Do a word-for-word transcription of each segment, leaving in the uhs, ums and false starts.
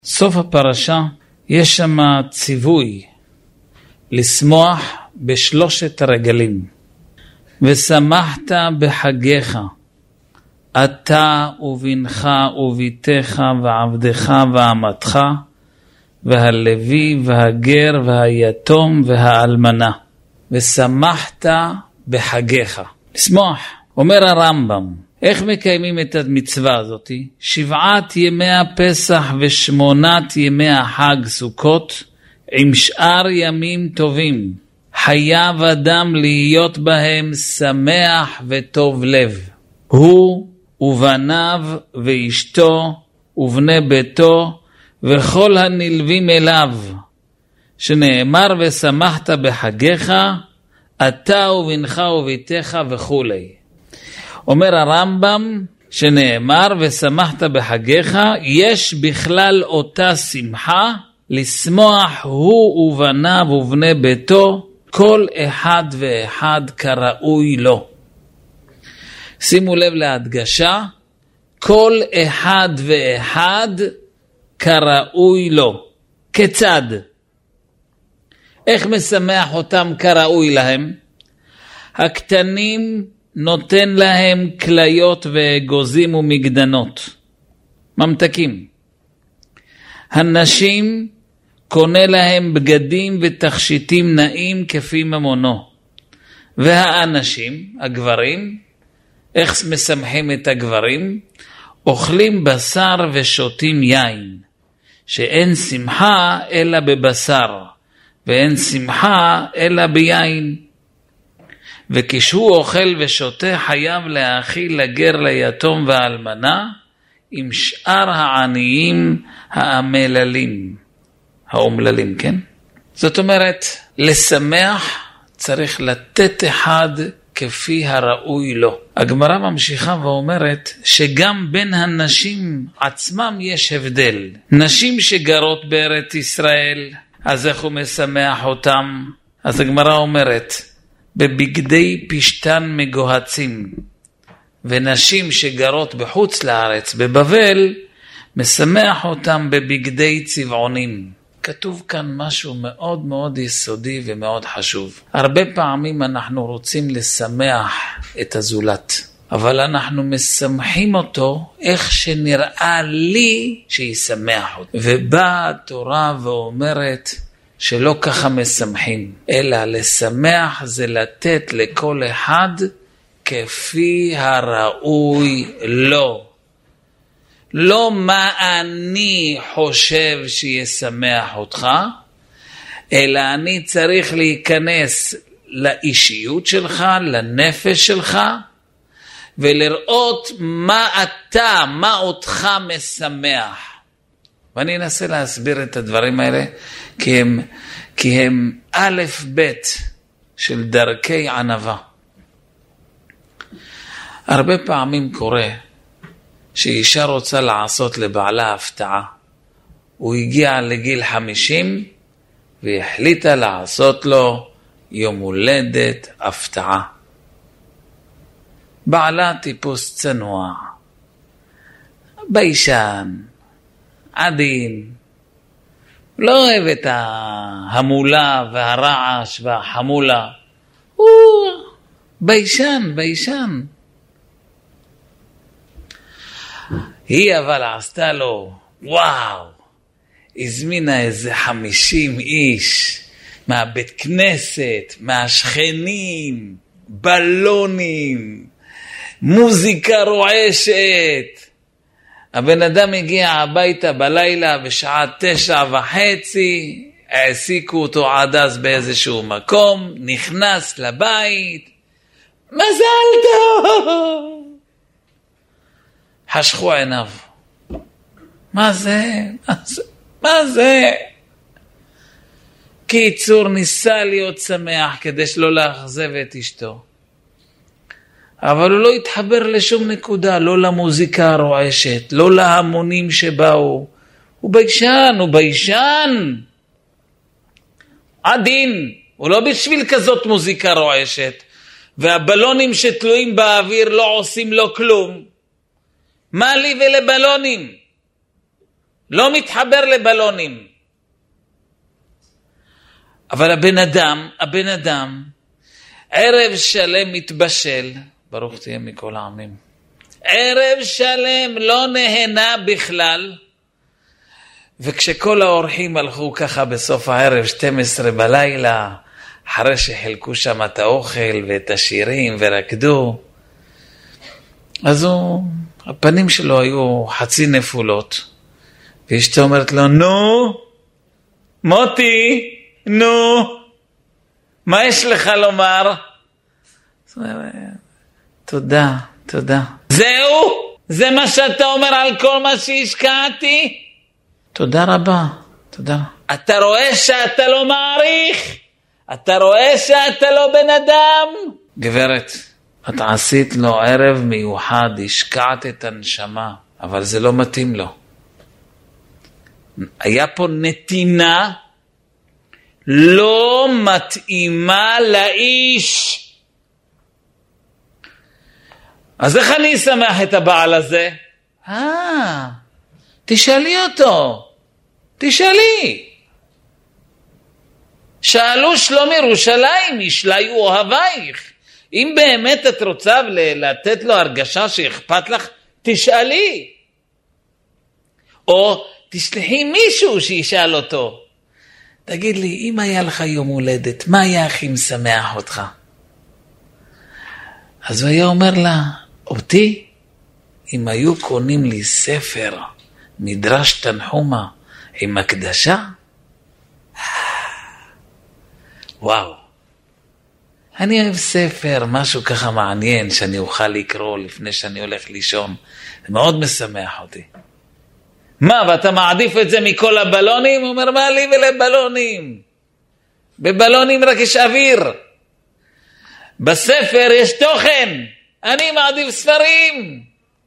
סוף הפרשה יש שם ציווי לשמוח בשלושת הרגלים. ושמחת בחגיך, אתה ובנך וביתך ועבדך ועמתך, והלוי והגר והיתום והאלמנה. ושמחת בחגיך. לשמוח. אומר הרמב"ם, איך מקיימים את המצווה הזאת? שבעת ימי הפסח ושמונת ימי החג סוכות עם שאר ימים טובים. חייב אדם להיות בהם שמח וטוב לב. הוא ובניו ואשתו ובני ביתו וכל הנלווים אליו. שנאמר ושמחת בחגיך, אתה ובנך וביתך וכו'. אומר הרמב"ם שנאמר ושמחת בחגיך, יש בכלל אותה שמחה לשמוח הוא ובניו ובני ביתו, כל אחד ואחד כראוי לו. שימו לב להדגשה, כל אחד ואחד כראוי לו. כיצד? איך משמח אותם כראוי להם? הקטנים נותן להם כליות ואגוזים ומגדנות, ממתקים. הנשים קונה להם בגדים ותכשיטים נעים כפי ממונו. והאנשים, הגברים, איך משמחים את הגברים? אוכלים בשר ושותים יין, שאין שמחה אלא בבשר, ואין שמחה אלא ביין. וכשהוא אוכל ושותה חייב להאכיל לגר ליתום והאלמנה, עם שאר העניים האמללים. האומללים, כן? זאת אומרת, לשמח צריך לתת אחד כפי הראוי לו. הגמרא ממשיכה ואומרת שגם בין הנשים עצמם יש הבדל. נשים שגרות בארץ ישראל, אז איך הוא משמח אותם? אז הגמרא אומרת, בבגדי פשטן מגוהצים. ונשים שגרות בחוץ לארץ, בבבל, משמח אותם בבגדי צבעונים. כתוב כאן משהו מאוד מאוד יסודי ומאוד חשוב. הרבה פעמים אנחנו רוצים לשמח את הזולת, אבל אנחנו משמחים אותו איך שנראה לי שישמח אותו. ובאה התורה ואומרת שלא ככה משמחים, אלא לשמח זה לתת לכל אחד כפי הראוי לו. לא מה אני חושב שישמח אותך, אלא אני צריך להיכנס לאישיות שלך, לנפש שלך, ולראות מה אתה, מה אותך משמח. ואני אנסה להסביר את הדברים האלה, כי הם, כי הם א' ב' של דרכי ענווה. הרבה פעמים קורה, שאישה רוצה לעשות לבעלה הפתעה. הוא הגיע לגיל חמישים והחליטה לעשות לו יום הולדת הפתעה. בעלה טיפוס צנוע, ביישן, עדין, לא אוהב את ההמולה והרעש והחמולה. הוא ביישן, ביישן. היא אבל עשתה לו, וואו, הזמינה איזה חמישים איש, מהבית כנסת, מהשכנים, בלונים, מוזיקה רועשת. הבן אדם הגיע הביתה בלילה בשעה תשע וחצי, העסיקו אותו עד אז באיזשהו מקום, נכנס לבית, מזל טוב! חשכו עיניו. מה זה? מה זה? מה זה? קיצור, ניסה להיות שמח כדי שלא לאכזב את אשתו. אבל הוא לא התחבר לשום נקודה, לא למוזיקה הרועשת, לא להמונים שבאו. הוא ביישן, הוא ביישן. עדין, הוא לא בשביל כזאת מוזיקה רועשת. והבלונים שתלויים באוויר לא עושים לו כלום. מה לי ולבלונים? לא מתחבר לבלונים. אבל הבן אדם, הבן אדם, ערב שלם מתבשל, ברוך תהיה מכל העמים, ערב שלם לא נהנה בכלל, וכשכל האורחים הלכו ככה בסוף הערב, שתים עשרה בלילה, אחרי שחילקו שם את האוכל ואת השירים ורקדו, אז הוא, הפנים שלו היו חצי נפולות, ואשתו אומרת לו, נו, מוטי, נו, מה יש לך לומר? תודה, תודה. זהו? זה מה שאתה אומר על כל מה שהשקעתי? תודה רבה, תודה. אתה רואה שאתה לא מעריך? אתה רואה שאתה לא בן אדם? גברת, את עשית לו ערב מיוחד, השקעת את הנשמה, אבל זה לא מתאים לו. היה פה נתינה לא מתאימה לאיש. אז איך אני אשמח את הבעל הזה? אה, תשאלי אותו, תשאלי. שאלו שלום ירושלים, ישליו אוהבייך. אם באמת את רוצה לתת לו הרגשה שאכפת לך, תשאלי. או תשלחי מישהו שישאל אותו. תגיד לי, אם היה לך יום הולדת, מה היה הכי משמח אותך? אז הוא היה אומר לה, אותי, אם היו קונים לי ספר, מדרש תנחומה, עם הקדשה, וואו, אני אוהב ספר, משהו ככה מעניין, שאני אוכל לקרוא לפני שאני הולך לישון, זה מאוד משמח אותי. מה, ואתה מעדיף את זה מכל הבלונים? הוא אומר, מה לי ולבלונים? בבלונים רק יש אוויר. בספר יש תוכן. אני מעדיף ספרים.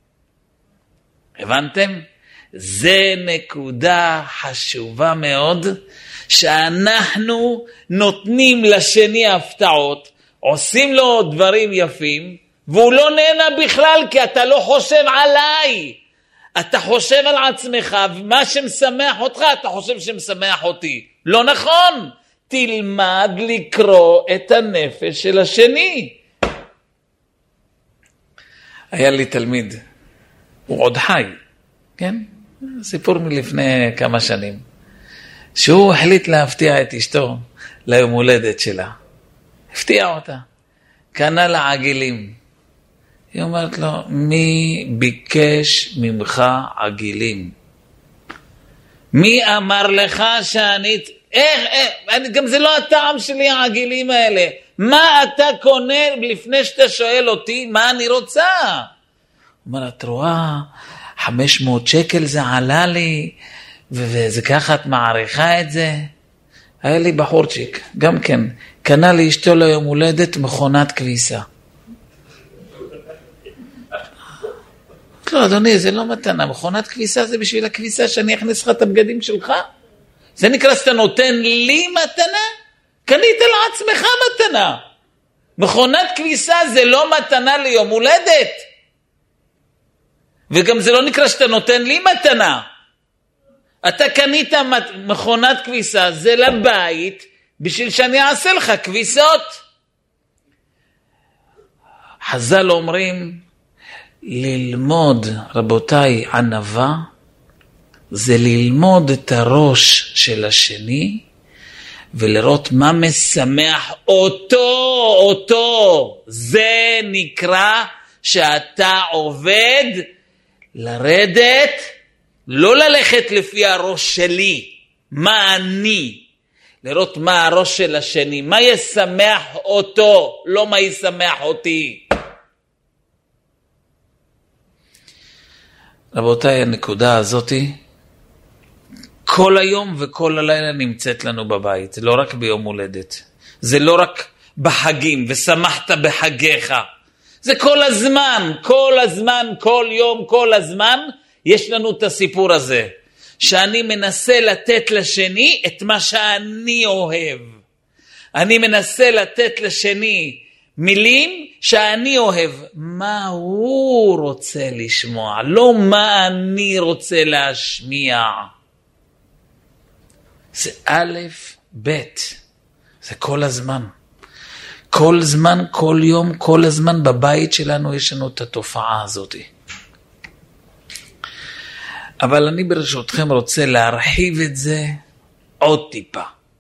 הבנתם? זה נקודה חשובה מאוד, שאנחנו נותנים לשני הפתעות, עושים לו דברים יפים, והוא לא נהנה בכלל, כי אתה לא חושב עליי. אתה חושב על עצמך, ומה שמשמח אותך, אתה חושב שמשמח אותי. לא נכון. תלמד לקרוא את הנפש של השני. היה לי תלמיד, הוא עוד חי, כן? סיפור מלפני כמה שנים, שהוא החליט להפתיע את אשתו ליום הולדת שלה. הפתיע אותה. קנה לה עגילים. היא אומרת לו, מי ביקש ממך עגילים? מי אמר לך שאני... איך, איך, גם זה לא הטעם שלי העגילים האלה. מה אתה קונה לפני שאתה שואל אותי מה אני רוצה? הוא אומר, את רואה, חמש מאות שקל זה עלה לי, וזה ככה את מעריכה את זה? היה לי בחורצ'יק, גם כן, קנה לי אשתו ליום הולדת מכונת כביסה. לא, אדוני, זה לא מתנה. מכונת כביסה זה בשביל הכביסה שאני אכניס לך את הבגדים שלך. זה נקרא שאתה נותן לי מתנה? קנית לעצמך מתנה. מכונת כביסה זה לא מתנה ליום הולדת. וגם זה לא נקרא שאתה נותן לי מתנה. אתה קנית מכונת כביסה, זה לבית, בשביל שאני אעשה לך כביסות. חז"ל אומרים, ללמוד, רבותיי, ענווה, זה ללמוד את הראש של השני, ולראות מה משמח אותו, אותו. זה נקרא שאתה עובד לרדת, לא ללכת לפי הראש שלי, מה אני, לראות מה הראש של השני, מה ישמח אותו, לא מה ישמח אותי. רבותיי, הנקודה הזאת כל היום וכל הלילה נמצאת לנו בבית, לא רק ביום הולדת. זה לא רק בחגים, ושמחת בחגיך. זה כל הזמן, כל הזמן, כל יום, כל הזמן, יש לנו את הסיפור הזה. שאני מנסה לתת לשני את מה שאני אוהב. אני מנסה לתת לשני מילים שאני אוהב. מה הוא רוצה לשמוע, לא מה אני רוצה להשמיע. זה א', ב', זה כל הזמן. כל זמן, כל יום, כל הזמן בבית שלנו יש לנו את התופעה הזאת. אבל אני ברשותכם רוצה להרחיב את זה עוד טיפה.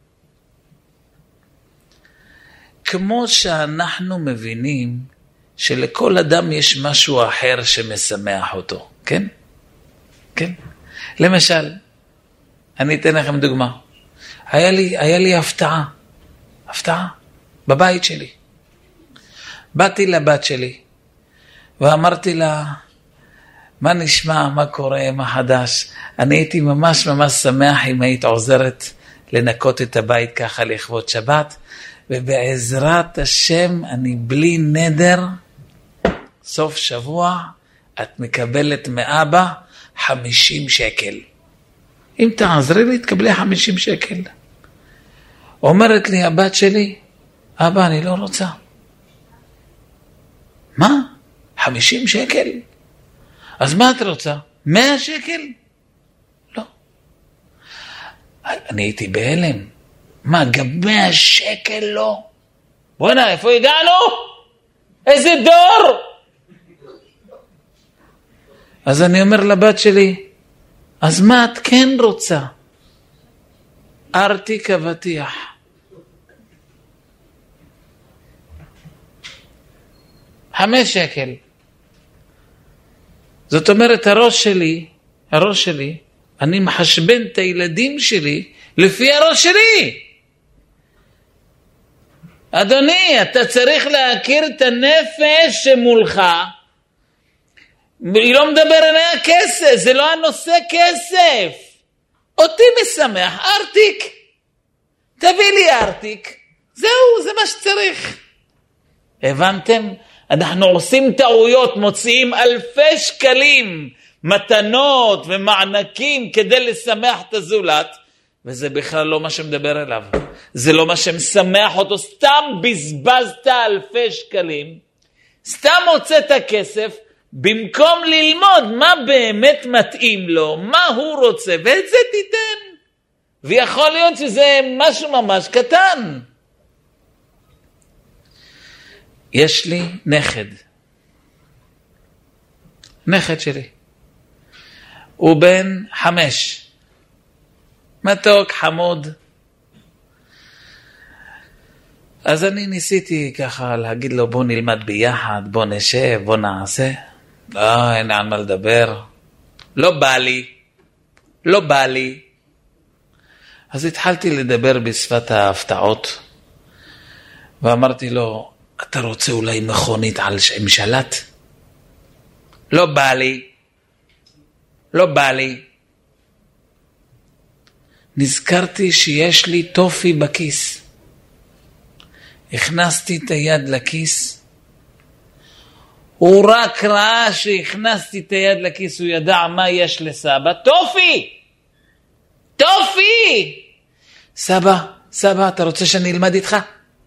כמו שאנחנו מבינים שלכל אדם יש משהו אחר שמשמח אותו, כן? כן? למשל, אני אתן לכם דוגמה. היה לי, היה לי הפתעה, הפתעה, בבית שלי. באתי לבת שלי, ואמרתי לה, מה נשמע, מה קורה, מה חדש? אני הייתי ממש ממש שמח אם היית עוזרת לנקות את הבית ככה לכבוד שבת, ובעזרת השם אני בלי נדר, סוף שבוע את מקבלת מאבא חמישים שקל. אם תעזרי לי תקבלי חמישים שקל. אומרת לי הבת שלי, אבא אני לא רוצה. מה? חמישים שקל? אז מה את רוצה? מאה שקל? לא. אני הייתי בהלם. מה, גם מאה שקל לא? בוא'נה, איפה הגענו? איזה דור? אז אני אומר לבת שלי, אז מה את כן רוצה? ארתיק אבטיח. חמש שקל. זאת אומרת, הראש שלי, הראש שלי, אני מחשבן את הילדים שלי לפי הראש שלי. אדוני, אתה צריך להכיר את הנפש שמולך. היא לא מדבר עליה כסף, זה לא הנושא כסף. אותי משמח, ארתיק. תביא לי ארתיק. זהו, זה מה שצריך. הבנתם? אנחנו עושים טעויות, מוציאים אלפי שקלים, מתנות ומענקים כדי לשמח את הזולת, וזה בכלל לא מה שמדבר אליו. זה לא מה שמשמח אותו, סתם בזבזת אלפי שקלים, סתם הוצאת כסף, במקום ללמוד מה באמת מתאים לו, מה הוא רוצה, ואת זה תיתן. ויכול להיות שזה משהו ממש קטן. יש לי נכד. נכד שלי. הוא בן חמש. מתוק, חמוד. אז אני ניסיתי ככה להגיד לו, בוא נלמד ביחד, בוא נשב, בוא נעשה. לא, אין על מה לדבר. לא בא לי. לא בא לי. אז התחלתי לדבר בשפת ההפתעות. ואמרתי לו, אתה רוצה אולי מכונית על עם שלט? לא בא לי. לא בא לי. נזכרתי שיש לי טופי בכיס. הכנסתי את היד לכיס. הוא רק ראה שהכנסתי את היד לכיס, הוא ידע מה יש לסבא. טופי! טופי! סבא, סבא, אתה רוצה שאני אלמד איתך?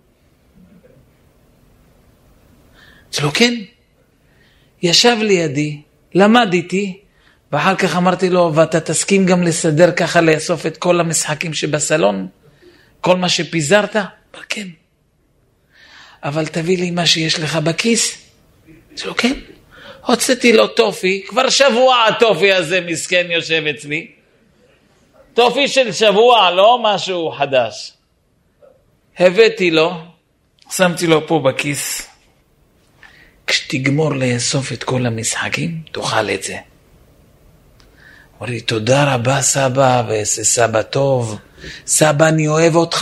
שלא כן. ישב לידי, למד איתי, ואחר כך אמרתי לו, ואתה תסכים גם לסדר ככה, לאסוף את כל המשחקים שבסלון, כל מה שפיזרת? אבל כן. אבל תביא לי מה שיש לך בכיס. שלא כן. הוצאתי לו טופי, כבר שבוע הטופי הזה מסכן יושב אצלי. טופי של שבוע, לא משהו חדש. הבאתי לו, שמתי לו פה בכיס. כשתגמור לאסוף את כל המשחקים, תאכל את זה. אמר לי, תודה רבה סבא, ועשה סבא טוב. סבא, אני אוהב אותך.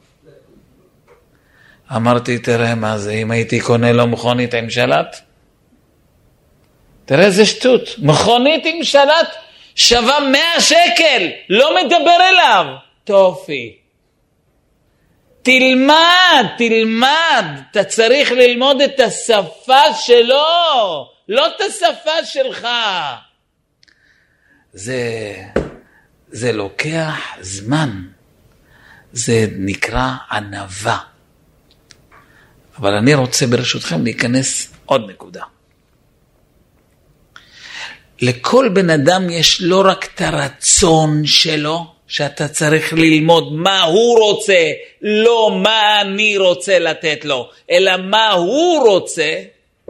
אמרתי, תראה מה זה, אם הייתי קונה לו מכונית עם שלט? תראה איזה שטות. מכונית עם שלט שווה מאה שקל. לא מדבר אליו. טופי. תלמד, תלמד. אתה צריך ללמוד את השפה שלו, לא את השפה שלך. זה, זה לוקח זמן. זה נקרא ענווה. אבל אני רוצה ברשותכם להיכנס עוד נקודה. לכל בן אדם יש לא רק את הרצון שלו, שאתה צריך ללמוד מה הוא רוצה, לא מה אני רוצה לתת לו, אלא מה הוא רוצה.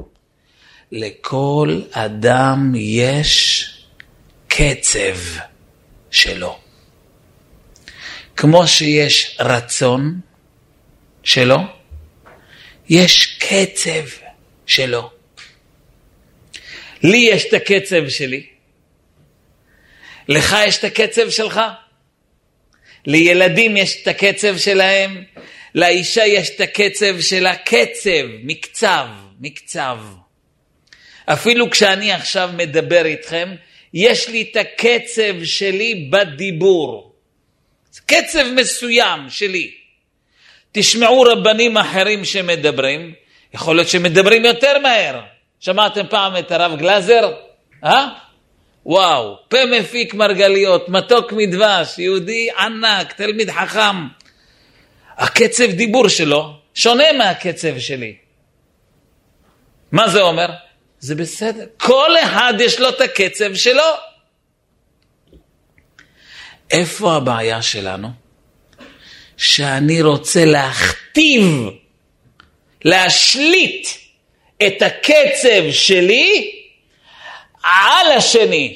לכל אדם יש קצב שלו. כמו שיש רצון שלו, יש קצב שלו. לי יש את הקצב שלי. לך יש את הקצב שלך. לילדים יש את הקצב שלהם. לאישה יש את הקצב שלה. קצב, מקצב, מקצב. אפילו כשאני עכשיו מדבר איתכם, יש לי את הקצב שלי בדיבור. זה קצב מסוים שלי. תשמעו רבנים אחרים שמדברים, יכול להיות שמדברים יותר מהר. שמעתם פעם את הרב גלזר? אה? וואו, פה מפיק מרגליות, מתוק מדבש, יהודי ענק, תלמיד חכם. הקצב דיבור שלו שונה מהקצב שלי. מה זה אומר? זה בסדר. כל אחד יש לו את הקצב שלו. איפה הבעיה שלנו? שאני רוצה להכתיב, להשליט את הקצב שלי על השני,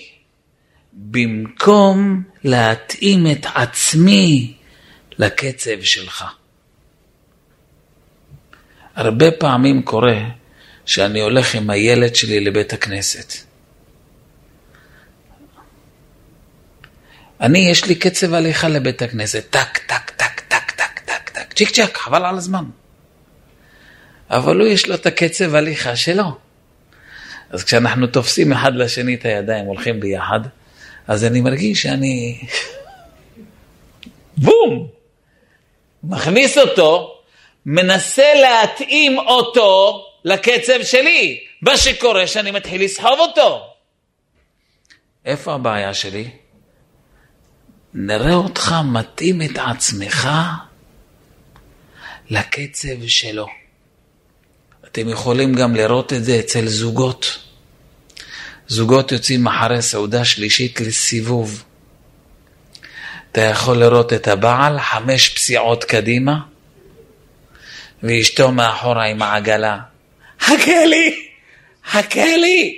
במקום להתאים את עצמי לקצב שלך. הרבה פעמים קורה שאני הולך עם הילד שלי לבית הכנסת. אני, יש לי קצב הליכה לבית הכנסת, טק, טק, טק, טק, טק, טק, טק, צ'יק צ'ק, חבל על הזמן. אבל הוא יש לו את הקצב הליכה שלו. אז כשאנחנו תופסים אחד לשני את הידיים, הולכים ביחד, אז אני מרגיש שאני, בום, מכניס אותו, מנסה להתאים אותו לקצב שלי. מה שקורה שאני מתחיל לסחוב אותו. איפה הבעיה שלי? נראה אותך מתאים את עצמך לקצב שלו. אתם יכולים גם לראות את זה אצל זוגות. זוגות יוצאים אחרי סעודה שלישית לסיבוב. אתה יכול לראות את הבעל חמש פסיעות קדימה, ואשתו מאחורה עם העגלה. חכה לי, חכה לי.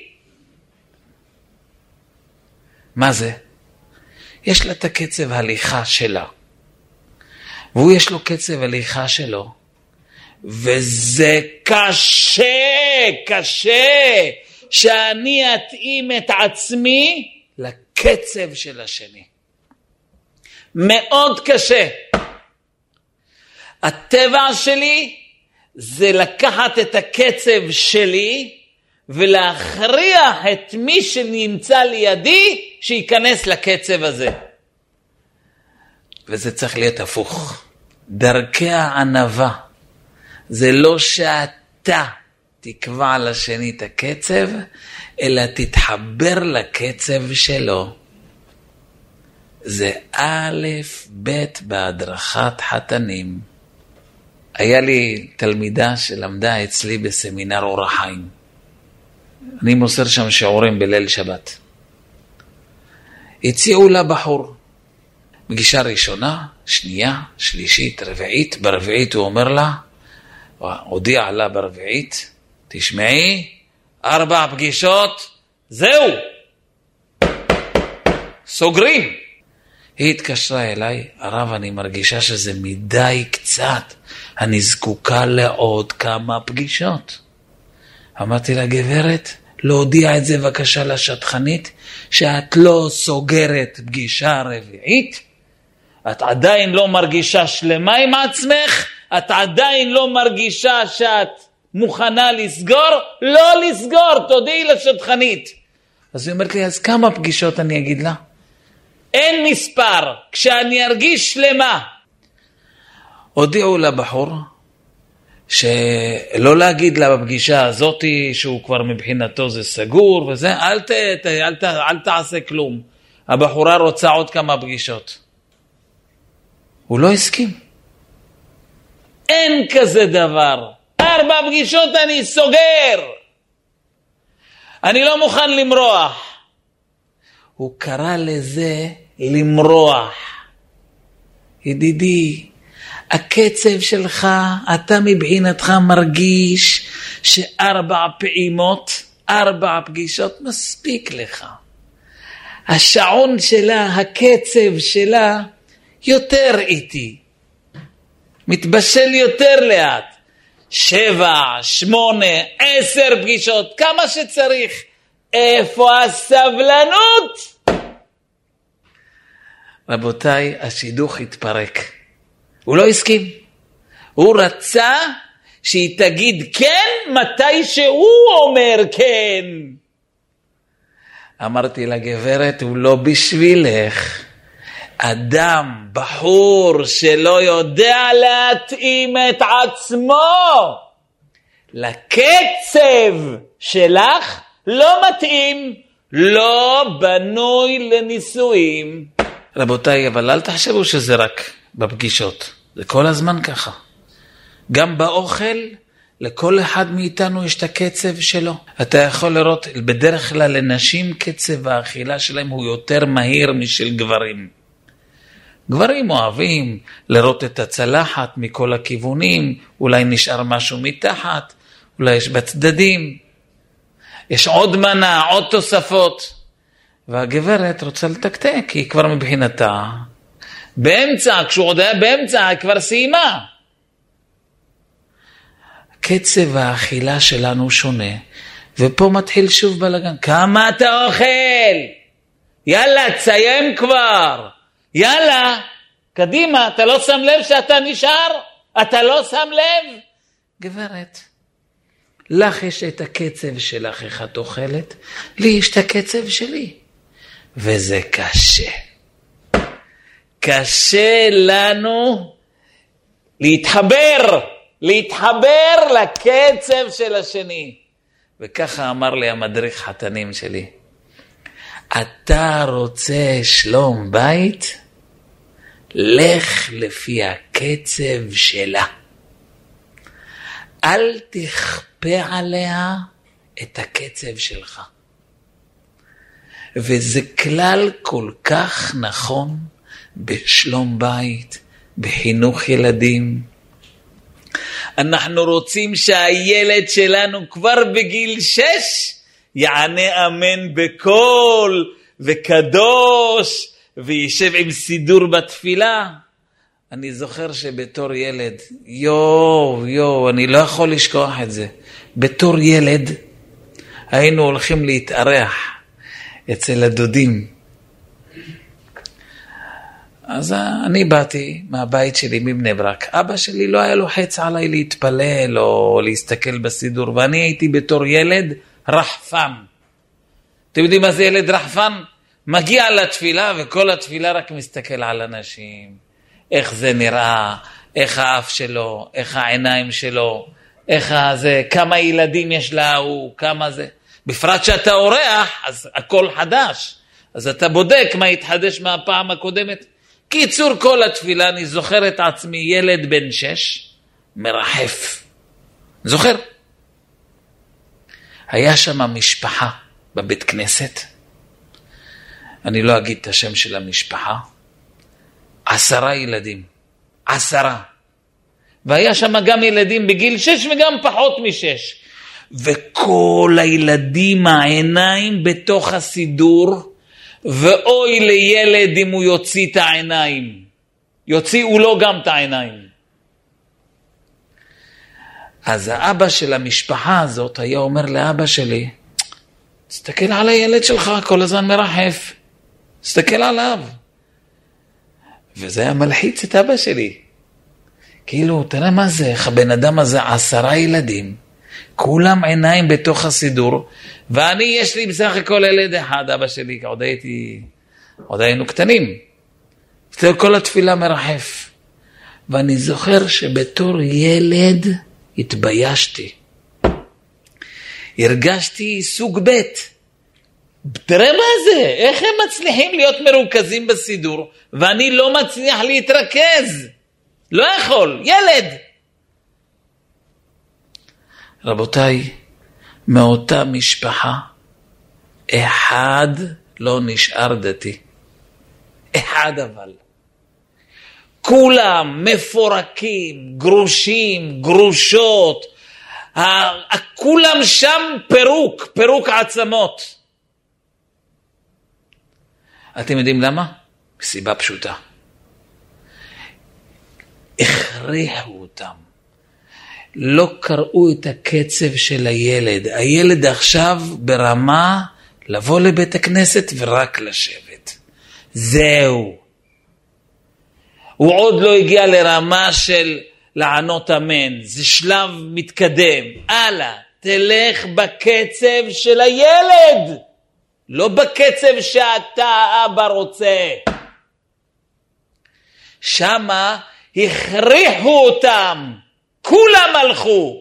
מה זה? יש לה את הקצב הליכה שלה. והוא יש לו קצב הליכה שלו. וזה קשה, קשה, שאני אתאים את עצמי לקצב של השני. מאוד קשה. הטבע שלי זה לקחת את הקצב שלי ולהכריח את מי שנמצא לידי שיכנס לקצב הזה. וזה צריך להיות הפוך. דרכי הענווה זה לא שאתה תקבע לשני את הקצב, אלא תתחבר לקצב שלו. זה א' ב' בהדרכת חתנים. היה לי תלמידה שלמדה אצלי בסמינר אור החיים. אני מוסר שם שיעורים בליל שבת. הציעו לה בחור. פגישה ראשונה, שנייה, שלישית, רביעית. ברביעית הוא אומר לה, הודיע לה ברביעית, תשמעי, ארבע פגישות, זהו. סוגרים. היא התקשרה אליי, הרב, אני מרגישה שזה מדי קצת. אני זקוקה לעוד כמה פגישות. אמרתי לה, גברת, להודיע את זה בבקשה לשטחנית, שאת לא סוגרת פגישה רביעית, את עדיין לא מרגישה שלמה עם עצמך, את עדיין לא מרגישה שאת מוכנה לסגור, לא לסגור, תודיעי לשטחנית. אז היא אומרת לי, אז כמה פגישות אני אגיד לה? אין מספר, כשאני ארגיש שלמה. הודיעו לבחור, שלא להגיד לה בפגישה הזאת שהוא כבר מבחינתו זה סגור וזה, אל, ת, אל, ת, אל תעשה כלום. הבחורה רוצה עוד כמה פגישות. הוא לא הסכים. אין כזה דבר. ארבע פגישות אני סוגר. אני לא מוכן למרוח. הוא קרא לזה למרוח. ידידי, הקצב שלך, אתה מבחינתך מרגיש שארבע פעימות, ארבע פגישות מספיק לך. השעון שלה, הקצב שלה, יותר איטי. מתבשל יותר לאט. שבע, שמונה, עשר פגישות, כמה שצריך. איפה הסבלנות? רבותיי, השידוך התפרק. הוא לא הסכים. הוא רצה שהיא תגיד כן מתי שהוא אומר כן. אמרתי לגברת, הוא לא בשבילך. אדם, בחור שלא יודע להתאים את עצמו לקצב שלך, לא מתאים, לא בנוי לנישואים. רבותיי, אבל אל תחשבו שזה רק בפגישות. זה כל הזמן ככה. גם באוכל, לכל אחד מאיתנו יש את הקצב שלו. אתה יכול לראות, בדרך כלל לנשים קצב האכילה שלהם הוא יותר מהיר משל גברים. גברים אוהבים לראות את הצלחת מכל הכיוונים, אולי נשאר משהו מתחת, אולי יש בצדדים, יש עוד מנה, עוד תוספות. והגברת רוצה לתקתק, כי היא כבר מבחינתה. באמצע, כשהוא עוד היה באמצע, היא כבר סיימה. קצב האכילה שלנו שונה, ופה מתחיל שוב בלגן. כמה אתה אוכל? יאללה, תסיים כבר. יאללה, קדימה, אתה לא שם לב שאתה נשאר? אתה לא שם לב? גברת, לך יש את הקצב שלך איך את אוכלת, לי יש את הקצב שלי. וזה קשה. קשה לנו להתחבר, להתחבר לקצב של השני. וככה אמר לי המדריך חתנים שלי, אתה רוצה שלום בית? לך לפי הקצב שלה. אל תכפה עליה את הקצב שלך. וזה כלל כל כך נכון בשלום בית, בחינוך ילדים. אנחנו רוצים שהילד שלנו כבר בגיל שש יענה אמן בקול וקדוש וישב עם סידור בתפילה. אני זוכר שבתור ילד, יו, יו, אני לא יכול לשכוח את זה. בתור ילד היינו הולכים להתארח אצל הדודים. אז אני באתי מהבית שלי מבני ברק. אבא שלי לא היה לו חץ עליי להתפלל או להסתכל בסידור, ואני הייתי בתור ילד רחפן. אתם יודעים מה זה ילד רחפן? מגיע לתפילה וכל התפילה רק מסתכל על אנשים. איך זה נראה, איך האף שלו, איך העיניים שלו, איך זה, כמה ילדים יש לה הוא, כמה זה. בפרט שאתה אורח, אז הכל חדש. אז אתה בודק מה התחדש מהפעם הקודמת. קיצור כל התפילה, אני זוכר את עצמי ילד בן שש, מרחף. זוכר? היה שם משפחה בבית כנסת. אני לא אגיד את השם של המשפחה. עשרה ילדים. עשרה. והיה שם גם ילדים בגיל שש וגם פחות משש. וכל הילדים העיניים בתוך הסידור, ואוי לילד אם הוא יוציא את העיניים. יוציאו לו גם את העיניים. אז האבא של המשפחה הזאת היה אומר לאבא שלי, תסתכל על הילד שלך, כל הזמן מרחף. תסתכל עליו. וזה היה מלחיץ את אבא שלי. כאילו, תראה מה זה, איך הבן אדם הזה עשרה ילדים, כולם עיניים בתוך הסידור, ואני יש לי בסך הכל ילד אחד, אבא שלי, עוד הייתי, עוד היינו קטנים. כל התפילה מרחף. ואני זוכר שבתור ילד התביישתי. הרגשתי סוג ב'. תראה מה זה, איך הם מצליחים להיות מרוכזים בסידור, ואני לא מצליח להתרכז. לא יכול, ילד. רבותיי, מאותה משפחה, אחד לא נשאר דתי. אחד אבל. כולם מפורקים, גרושים, גרושות, כולם שם פירוק, פירוק עצמות. אתם יודעים למה? מסיבה פשוטה. הכריחו אותם. לא קראו את הקצב של הילד. הילד עכשיו ברמה לבוא לבית הכנסת ורק לשבת. זהו. הוא עוד לא הגיע לרמה של לענות אמן. זה שלב מתקדם. הלאה, תלך בקצב של הילד. לא בקצב שאתה האבא רוצה. שמה הכריחו אותם. כולם הלכו.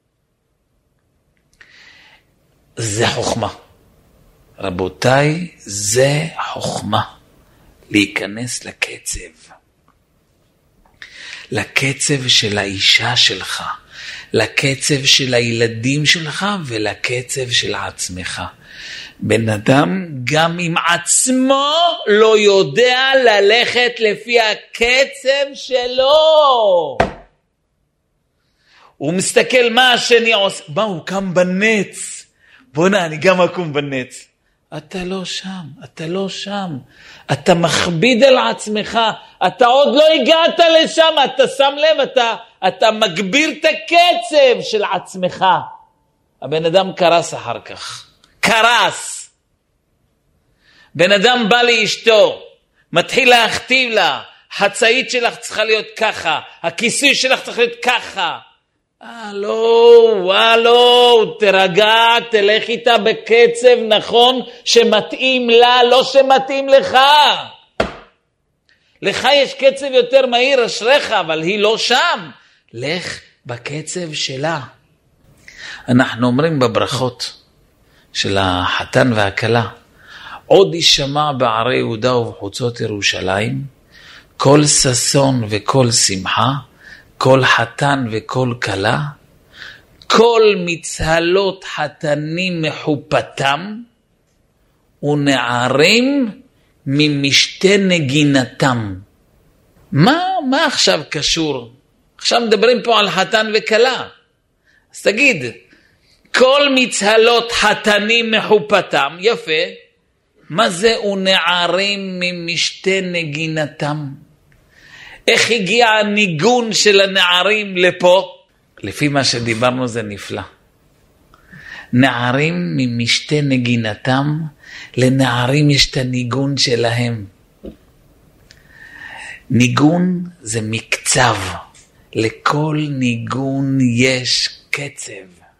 זה חוכמה. רבותיי, זה חוכמה. להיכנס לקצב. לקצב של האישה שלך. לקצב של הילדים שלך ולקצב של עצמך. בן אדם גם עם עצמו לא יודע ללכת לפי הקצב שלו. הוא מסתכל מה השני עושה. מה, הוא קם בנץ. בונה, אני גם אקום בנץ. אתה לא שם, אתה לא שם. אתה מכביד על עצמך. אתה עוד לא הגעת לשם. אתה שם לב, אתה, אתה מגביר את הקצב של עצמך. הבן אדם קרס אחר כך. קרס. בן אדם בא לאשתו. מתחיל להכתיב לה. החצאית שלך צריכה להיות ככה. הכיסוי שלך צריך להיות ככה. הלו, הלו, תרגע, תלך איתה בקצב נכון שמתאים לה, לא שמתאים לך. לך יש קצב יותר מהיר, אשריך, אבל היא לא שם. לך בקצב שלה. אנחנו אומרים בברכות של החתן והכלה, עוד יישמע בערי יהודה ובחוצות ירושלים, כל ששון וכל שמחה, כל חתן וכל כלה, כל מצהלות חתנים מחופתם, ונערים ממשתה נגינתם. מה, מה עכשיו קשור? עכשיו מדברים פה על חתן וכלה. אז תגיד, כל מצהלות חתנים מחופתם, יפה, מה זה ונערים ממשתה נגינתם? איך הגיע הניגון של הנערים לפה? לפי מה שדיברנו זה נפלא. נערים ממשתה נגינתם, לנערים יש את הניגון שלהם. ניגון זה מקצב. לכל ניגון יש קצב.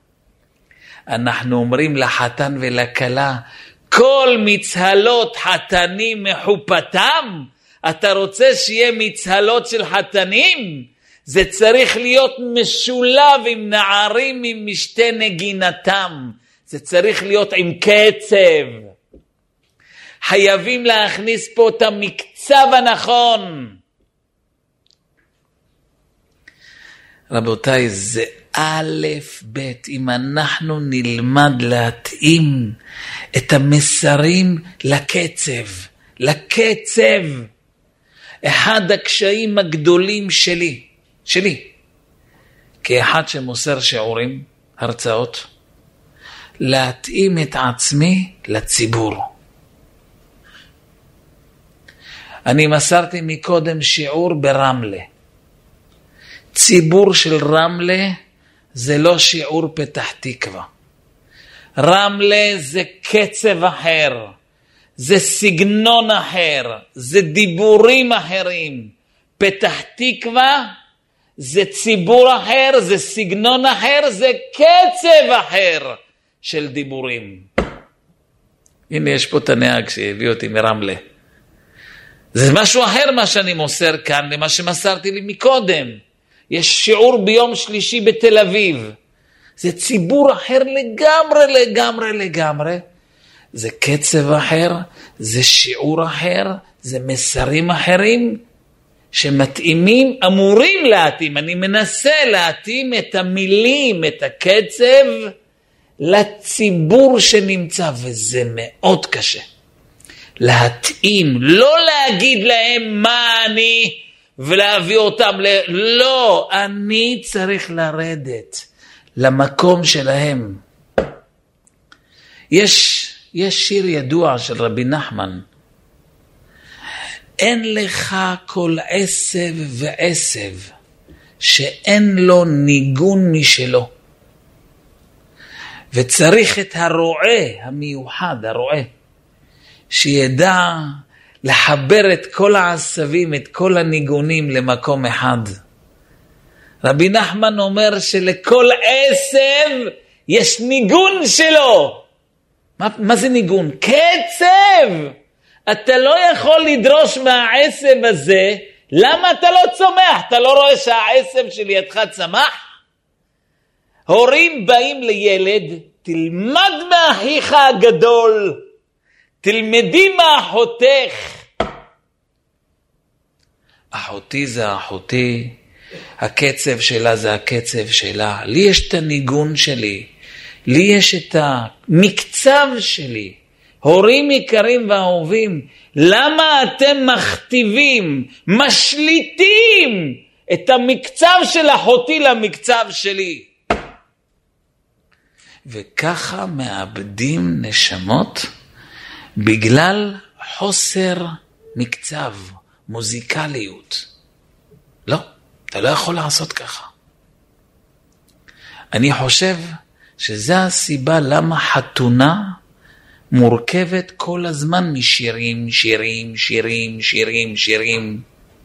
אנחנו אומרים לחתן ולכלה, כל מצהלות חתנים מחופתם, אתה רוצה שיהיה מצהלות של חתנים? זה צריך להיות משולב עם נערים עם משתה נגינתם. זה צריך להיות עם קצב. חייבים להכניס פה את המקצב הנכון. רבותיי, זה א' ב', אם אנחנו נלמד להתאים את המסרים לקצב, לקצב. אחד הקשיים הגדולים שלי, שלי, כאחד שמוסר שיעורים, הרצאות, להתאים את עצמי לציבור. אני מסרתי מקודם שיעור ברמלה. ציבור של רמלה זה לא שיעור פתח תקווה. רמלה זה קצב אחר. זה סגנון אחר, זה דיבורים אחרים. פתח תקווה זה ציבור אחר, זה סגנון אחר, זה קצב אחר של דיבורים. הנה יש פה את הנהג שהביא אותי מרמלה. זה משהו אחר מה שאני מוסר כאן למה שמסרתי לי מקודם. יש שיעור ביום שלישי בתל אביב. זה ציבור אחר לגמרי, לגמרי, לגמרי. זה קצב אחר, זה שיעור אחר, זה מסרים אחרים שמתאימים, אמורים להתאים. אני מנסה להתאים את המילים, את הקצב לציבור שנמצא, וזה מאוד קשה. להתאים, לא להגיד להם מה אני ולהביא אותם ל... לא, אני צריך לרדת למקום שלהם. יש, יש שיר ידוע של רבי נחמן, אין לך כל עשב ועשב שאין לו ניגון משלו. וצריך את הרועה המיוחד, הרועה, שידע לחבר את כל העשבים, את כל הניגונים למקום אחד. רבי נחמן אומר שלכל עשב יש ניגון שלו. מה, מה זה ניגון? קצב! אתה לא יכול לדרוש מהעשב הזה, למה אתה לא צומח? אתה לא רואה שהעשב שלידך צמח? הורים באים לילד, תלמד מאחיך הגדול, תלמדי מאחותך. אחותי זה אחותי, הקצב שלה זה הקצב שלה, לי יש את הניגון שלי, לי יש את המקצב שלי. הורים יקרים ואהובים, למה אתם מכתיבים, משליטים את המקצב של אחותי למקצב שלי? וככה מאבדים נשמות בגלל חוסר מקצב, מוזיקליות. לא, אתה לא יכול לעשות ככה. אני חושב שזה הסיבה למה חתונה מורכבת כל הזמן משירים, שירים, שירים, שירים, שירים.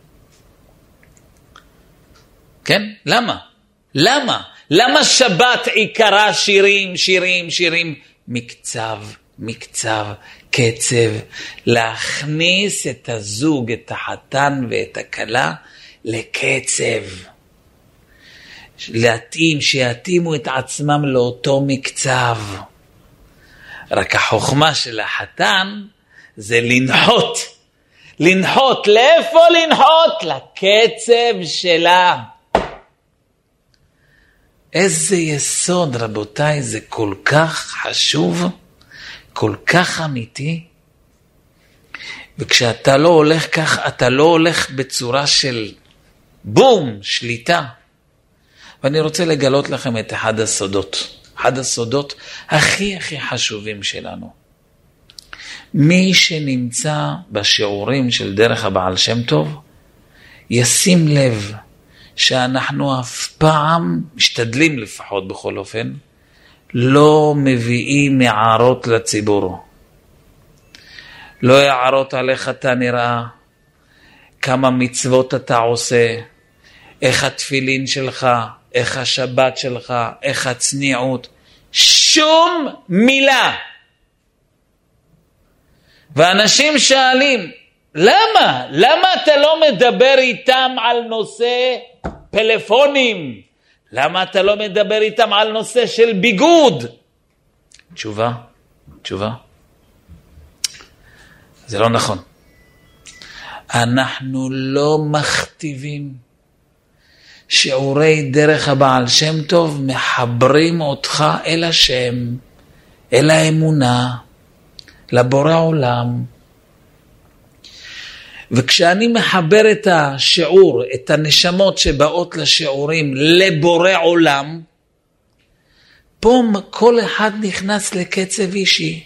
כן? למה? למה? למה שבת עיקרה שירים, שירים, שירים? מקצב, מקצב, קצב, להכניס את הזוג, את החתן ואת הכלה לקצב. להתאים, שיתאימו את עצמם לאותו מקצב. רק החוכמה של החתן זה לנחות. לנחות, לאיפה לנחות? לקצב שלה. איזה יסוד, רבותיי, זה כל כך חשוב, כל כך אמיתי. וכשאתה לא הולך כך, אתה לא הולך בצורה של בום, שליטה. ואני רוצה לגלות לכם את אחד הסודות. אחד הסודות הכי הכי חשובים שלנו. מי שנמצא בשיעורים של דרך הבעל שם טוב, ישים לב שאנחנו אף פעם, משתדלים לפחות בכל אופן, לא מביאים הערות לציבור. לא הערות על איך אתה נראה, כמה מצוות אתה עושה, איך התפילין שלך, איך השבת שלך, איך הצניעות, שום מילה. ואנשים שואלים, למה? למה אתה לא מדבר איתם על נושא פלאפונים? למה אתה לא מדבר איתם על נושא של ביגוד? תשובה, תשובה. זה לא נכון. אנחנו לא מכתיבים. שיעורי דרך הבעל שם טוב מחברים אותך אל השם, אל האמונה, לבורא עולם. וכשאני מחבר את השיעור, את הנשמות שבאות לשיעורים לבורא עולם, פה כל אחד נכנס לקצב אישי.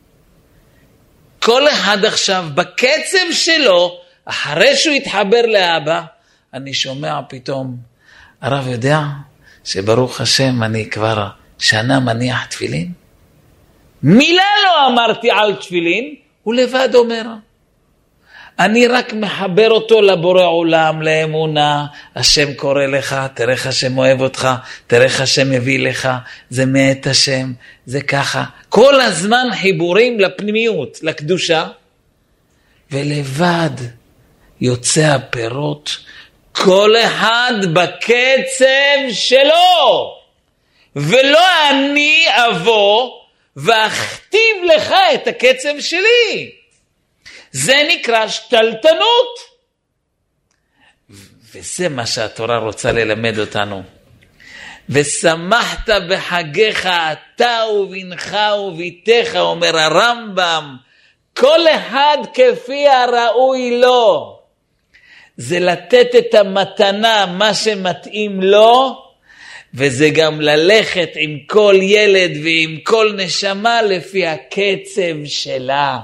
כל אחד עכשיו בקצב שלו, אחרי שהוא יתחבר לאבא, אני שומע פתאום, הרב יודע שברוך השם אני כבר שנה מניח תפילין? מילה לא אמרתי על תפילין, הוא לבד אומר. אני רק מחבר אותו לבורא עולם, לאמונה, השם קורא לך, תראה איך השם אוהב אותך, תראה איך השם מביא לך, זה מאת השם, זה ככה. כל הזמן חיבורים לפנימיות, לקדושה, ולבד יוצא הפירות, כל אחד בקצב שלו, ולא אני אבוא ואכתיב לך את הקצב שלי. זה נקרא שתלטנות. וזה מה שהתורה רוצה ללמד אותנו. ושמחת בחגיך אתה ובנך וביתך, אומר הרמב"ם, כל אחד כפי הראוי לו. זה לתת את המתנה, מה שמתאים לו, וזה גם ללכת עם כל ילד ועם כל נשמה לפי הקצב שלה.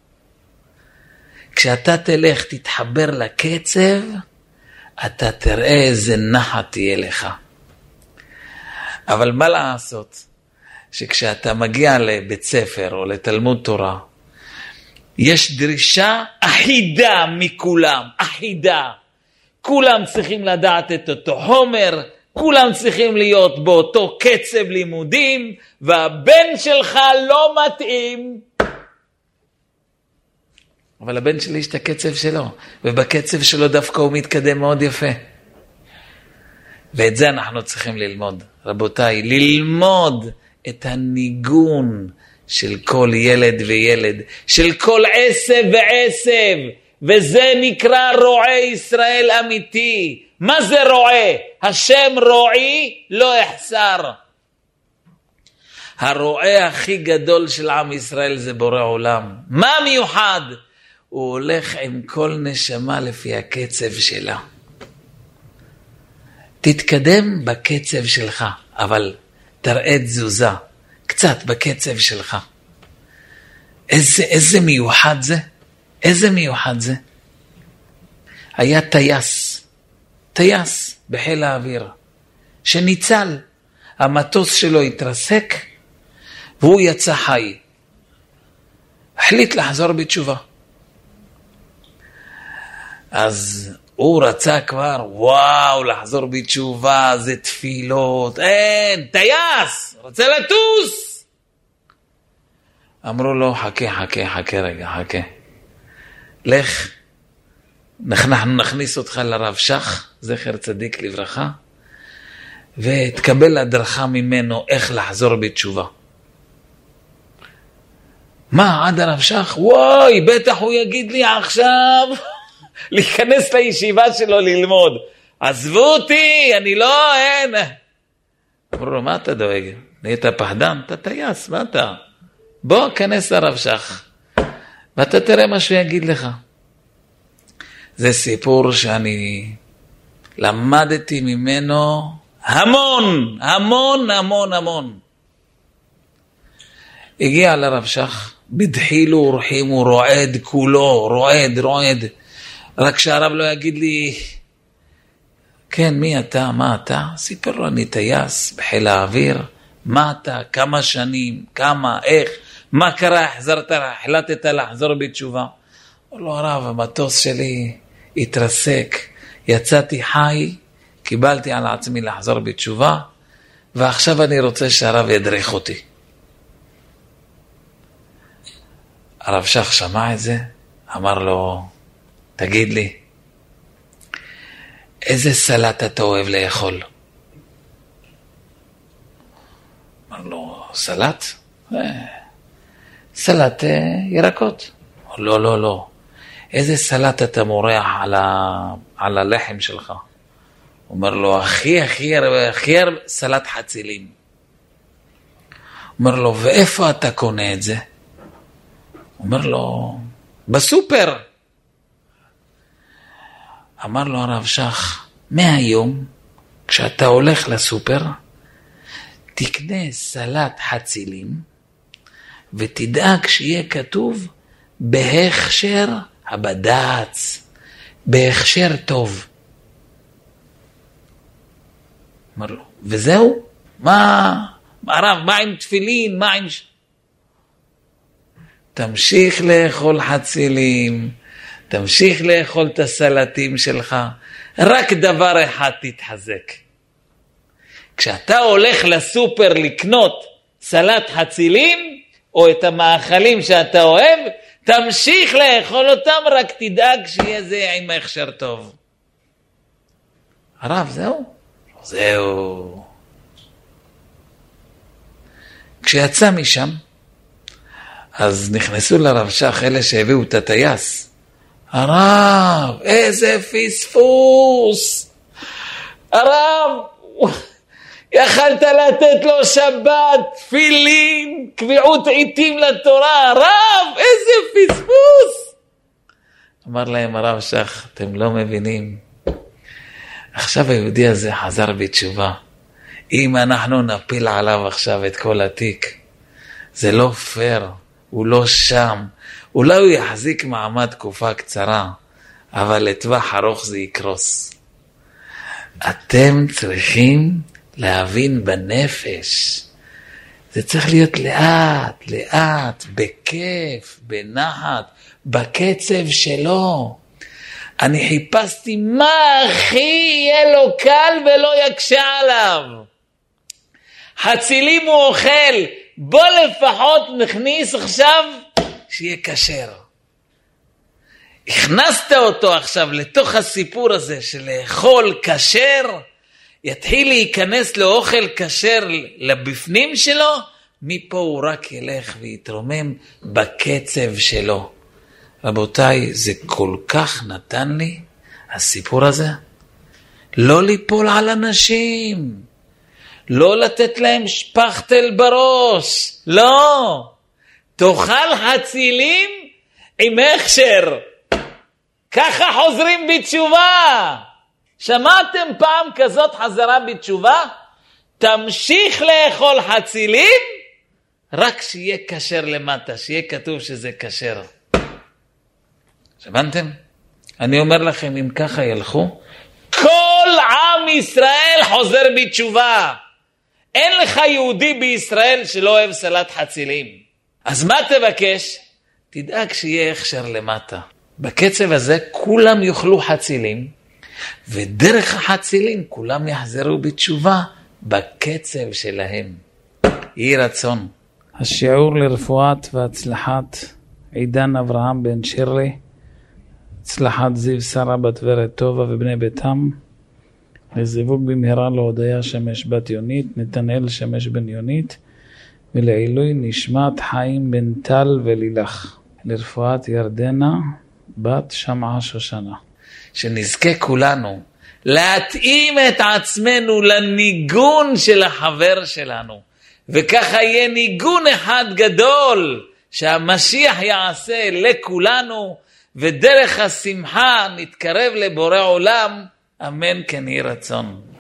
כשאתה תלך, תתחבר לקצב, אתה תראה איזה נחת תהיה לך. אבל מה לעשות? שכשאתה מגיע לבית ספר או לתלמוד תורה, יש דרישה אחידה מכולם, אחידה. כולם צריכים לדעת את אותו חומר, כולם צריכים להיות באותו קצב לימודים, והבן שלך לא מתאים. אבל הבן שלי יש את הקצב שלו, ובקצב שלו דווקא הוא מתקדם מאוד יפה. ואת זה אנחנו צריכים ללמוד, רבותיי, ללמוד את הניגון של כל ילד וילד, של כל עשב ועשב, וזה נקרא רועה ישראל אמיתי. מה זה רועה? השם רועי לא יחסר. הרועה הכי גדול של עם ישראל זה בורא עולם. מה מיוחד? הוא הולך עם כל נשמה לפי הקצב שלה. תתקדם בקצב שלך, אבל תראה תזוזה, קצת בקצב שלך. איזה, איזה מיוחד זה? איזה מיוחד זה? היה טייס, טייס בחיל האוויר, שניצל, המטוס שלו התרסק, והוא יצא חי. החליט לחזור בתשובה. אז הוא רצה כבר, וואו, לחזור בתשובה, זה תפילות, אין, טייס, רוצה לטוס. אמרו לו, חכה, חכה, חכה רגע, חכה. לך, אנחנו נכניס אותך לרב שח, זכר צדיק לברכה, ותקבל הדרכה ממנו איך לחזור בתשובה. מה, עד הרב שח? וואי, בטח הוא יגיד לי עכשיו להיכנס לישיבה שלו ללמוד. עזבו אותי, אני לא, אין. אמרו לו, מה אתה דואג? נהיית פחדן? אתה טייס, מה אתה? בוא, כנס לרב שח, ואתה תראה מה שהוא יגיד לך. זה סיפור שאני למדתי ממנו המון, המון, המון, המון. הגיע לרב שח, בדחילו ורחים, הוא רועד כולו, רועד, רועד. רק שהרב לא יגיד לי, כן, מי אתה, מה אתה? סיפר לו, אני טייס בחיל האוויר, מה אתה, כמה שנים, כמה, איך, מה קרה, החזרת, החלטת לחזור בתשובה. הוא לא, הרב, המטוס שלי התרסק, יצאתי חי, קיבלתי על עצמי לחזור בתשובה, ועכשיו אני רוצה שהרב ידריך אותי. הרב שח שמע את זה, אמר לו, תגיד לי, איזה סלט אתה אוהב לאכול? אמר לו, סלט? סלט ירקות. לא, לא, לא. איזה סלט אתה מורח על, ה... על הלחם שלך? אומר לו, הכי, הכי, הכי סלט חצילים. אומר לו, ואיפה אתה קונה את זה? אומר לו, בסופר. אמר לו הרב שח, מהיום, כשאתה הולך לסופר, תקנה סלט חצילים, ותדאג שיהיה כתוב בהכשר הבד"ץ, בהכשר טוב. אמר לו, וזהו? מה, הרב, מה עם תפילין, מה עם... תמשיך לאכול חצילים, תמשיך לאכול את הסלטים שלך, רק דבר אחד תתחזק. כשאתה הולך לסופר לקנות סלט חצילים, או את המאכלים שאתה אוהב, תמשיך לאכול אותם, רק תדאג שיהיה זה עם הכשר טוב. הרב, זהו? זהו. כשיצא משם, אז נכנסו לרב שח אלה שהביאו את הטייס. הרב, איזה פספוס. הרב, יכלת לתת לו שבת, תפילין, קביעות עיתים לתורה. הרב, איזה פספוס. אמר להם הרב שך, אתם לא מבינים. עכשיו היהודי הזה חזר בתשובה. אם אנחנו נפיל עליו עכשיו את כל התיק, זה לא פייר, הוא לא שם. אולי הוא יחזיק מעמד תקופה קצרה, אבל לטווח ארוך זה יקרוס. אתם צריכים להבין בנפש. זה צריך להיות לאט, לאט, בכיף, בנחת, בקצב שלו. אני חיפשתי מה הכי יהיה לו קל ולא יקשה עליו. חצילים הוא אוכל, בוא לפחות נכניס עכשיו שיהיה כשר. הכנסת אותו עכשיו לתוך הסיפור הזה של לאכול כשר, יתחיל להיכנס לאוכל כשר לבפנים שלו, מפה הוא רק ילך ויתרומם בקצב שלו. רבותיי, זה כל כך נתן לי, הסיפור הזה, לא ליפול על אנשים, לא לתת להם שפחתל בראש, לא, תאכל חצילים עם הכשר, ככה חוזרים בתשובה. שמעתם פעם כזאת חזרה בתשובה? תמשיך לאכול חצילים, רק שיהיה כשר למטה, שיהיה כתוב שזה כשר. הבנתם? אני אומר לכם, אם ככה ילכו, כל עם ישראל חוזר בתשובה. אין לך יהודי בישראל שלא אוהב סלט חצילים. אז מה תבקש? תדאג שיהיה הכשר למטה. בקצב הזה כולם יאכלו חצילים, ודרך החצילים כולם יחזרו בתשובה בקצב שלהם. יהי רצון. השיעור לרפואת והצלחת עידן אברהם בן שירלי, הצלחת זיו שרה בת ורד טובה ובני ביתם, לזיווג במהרה להודיה שמש בת יונית, נתנאל שמש בן יונית, ולעילוי נשמת חיים בן טל ולילך, לרפואת ירדנה בת שמעה שושנה. שנזכה כולנו להתאים את עצמנו לניגון של החבר שלנו, וככה יהיה ניגון אחד גדול שהמשיח יעשה לכולנו, ודרך השמחה נתקרב לבורא עולם. אמן כן יהי רצון.